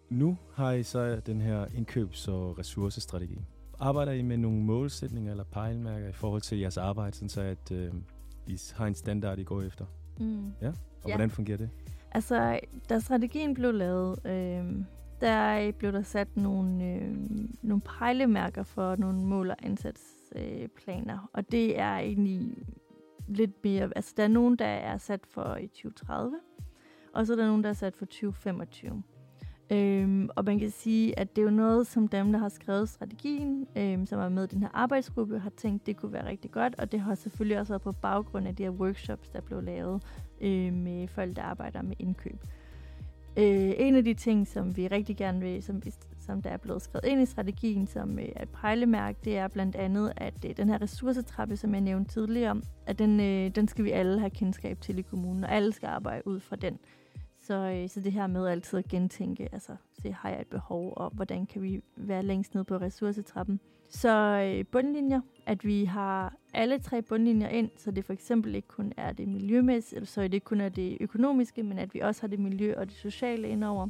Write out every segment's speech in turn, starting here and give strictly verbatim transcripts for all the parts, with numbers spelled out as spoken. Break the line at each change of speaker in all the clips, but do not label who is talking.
Nu har I så den her indkøbs- og ressourcestrategi. Arbejder I med nogle målsætninger eller pejlemærker i forhold til jeres arbejde, sådan så at øh, I har en standard, I går efter?
Mm.
Ja? Og
Ja.
hvordan fungerer det?
Altså, da strategien blev lavet, øh, der blev der sat nogle, øh, nogle pejlemærker for nogle mål- og indsatsplaner. Øh, og det er egentlig lidt mere... Altså, der er nogen, der er sat for i tyve tredive, og så er der nogen, der er sat for tyve femogtyve. Øhm, og man kan sige, at det er jo noget, som dem, der har skrevet strategien, øhm, som er med i den her arbejdsgruppe, har tænkt, det kunne være rigtig godt. Og det har selvfølgelig også været på baggrund af de her workshops, der blev lavet øh, med folk, der arbejder med indkøb. Øh, en af de ting, som vi rigtig gerne vil, som, vi, som der er blevet skrevet ind i strategien, som øh, er et pejlemærke, det er blandt andet, at øh, den her ressourcetrappe, som jeg nævnte tidligere, at den, øh, den skal vi alle have kendskab til i kommunen, og alle skal arbejde ud fra den. Så, øh, så det her med altid at gentænke, altså se, har jeg et behov, og hvordan kan vi være længst ned på ressourcetrappen. Så øh, bundlinjer, at vi har alle tre bundlinjer ind, så det for eksempel ikke kun er det miljømæssige, så det ikke kun er det økonomiske, men at vi også har det miljø og det sociale indover.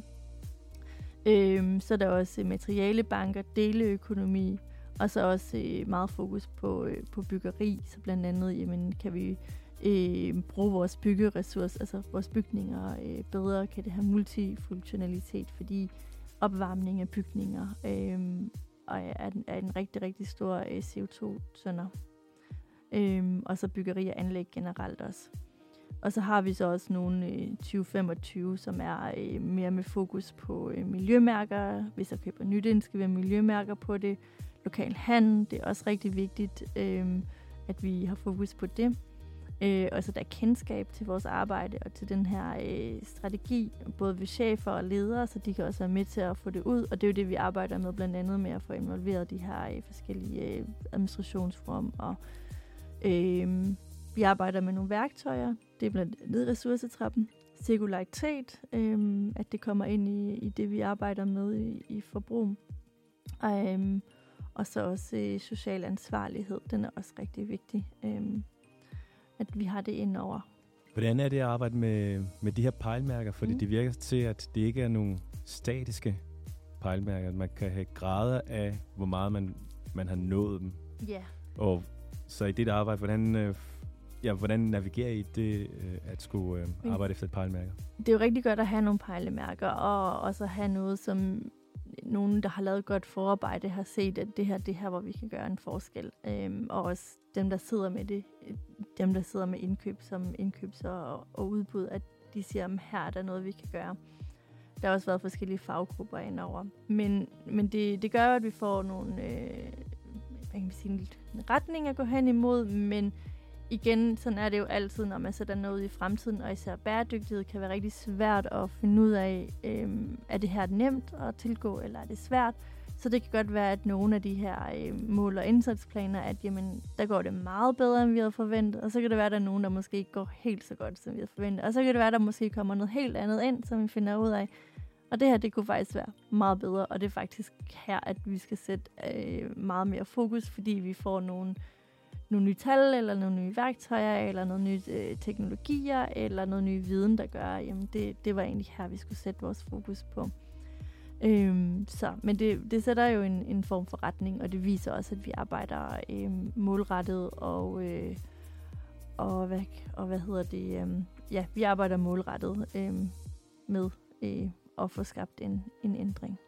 Øh, så er der også materialebanker, deleøkonomi, og så også øh, meget fokus på, øh, på byggeri, så blandt andet, jamen, kan vi Øh, bruge vores byggeressourcer, altså vores bygninger øh, bedre, kan det have multifunktionalitet, fordi opvarmning af bygninger øh, og er, er en rigtig, rigtig stor øh, C O to sønder. Øh, og så byggeri og anlæg generelt også. Og så har vi så også nogle øh, tyve femogtyve, som er øh, mere med fokus på øh, miljømærker. Hvis jeg køber nyt ind, skal vi have miljømærker på det. Lokal handel, det er også rigtig vigtigt, øh, at vi har fokus på det. Øh, og så der er kendskab til vores arbejde og til den her øh, strategi, både ved chefer og ledere, så de kan også være med til at få det ud. Og det er jo det, vi arbejder med, blandt andet med at få involveret de her øh, forskellige øh, administrationsform. Og øh, vi arbejder med nogle værktøjer. Det er blandt andet ressourcetrappen. Cirkularitet, øh, at det kommer ind i, i det, vi arbejder med i, i forbrug. Og, øh, og så også øh, social ansvarlighed. Den er også rigtig vigtig. Øh, at vi har det indover.
Hvordan er det at arbejde med, med de her pejlemærker? Fordi mm. det virker til, at det ikke er nogle statiske pejlemærker. Man kan have grader af, hvor meget man, man har nået dem.
Ja. Yeah.
Og så i det arbejde, hvordan, ja, hvordan navigerer I det, at skulle arbejde efter et pejlemærker?
Det er jo rigtig godt at have nogle pejlemærker, og også have noget, som nogen, der har lavet godt forarbejde, har set, at det her det her, hvor vi kan gøre en forskel. Øhm, og også dem, der sidder med det, dem, der sidder med indkøb som indkøbs- og, og udbud, at de siger, at her er der noget, vi kan gøre. Der har også været forskellige faggrupper indover. Men, men det, det gør, at vi får nogle, øh, hvad kan man sige, en retning at gå hen imod, men igen, sådan er det jo altid, når man sætter noget i fremtiden, og især bæredygtighed kan være rigtig svært at finde ud af, øhm, er det her nemt at tilgå, eller er det svært? Så det kan godt være, at nogle af de her øh, mål- og indsatsplaner, at jamen, der går det meget bedre, end vi havde forventet, og så kan det være, at der er nogen, der måske ikke går helt så godt, som vi havde forventet, og så kan det være, at der måske kommer noget helt andet ind, som vi finder ud af. Og det her, det kunne faktisk være meget bedre, og det er faktisk her, at vi skal sætte øh, meget mere fokus, fordi vi får nogle nogle nye tal, eller nogle nye værktøjer, eller nogle nye øh, teknologier, eller noget ny viden, der gør, jamen det, det var egentlig her, vi skulle sætte vores fokus på. Øhm, så, men det, det sætter jo en, en form for retning, og det viser også, at vi arbejder øh, målrettet, og, øh, og, hvad, og hvad hedder det, øh, ja, vi arbejder målrettet øh, med øh, at få skabt en, en ændring.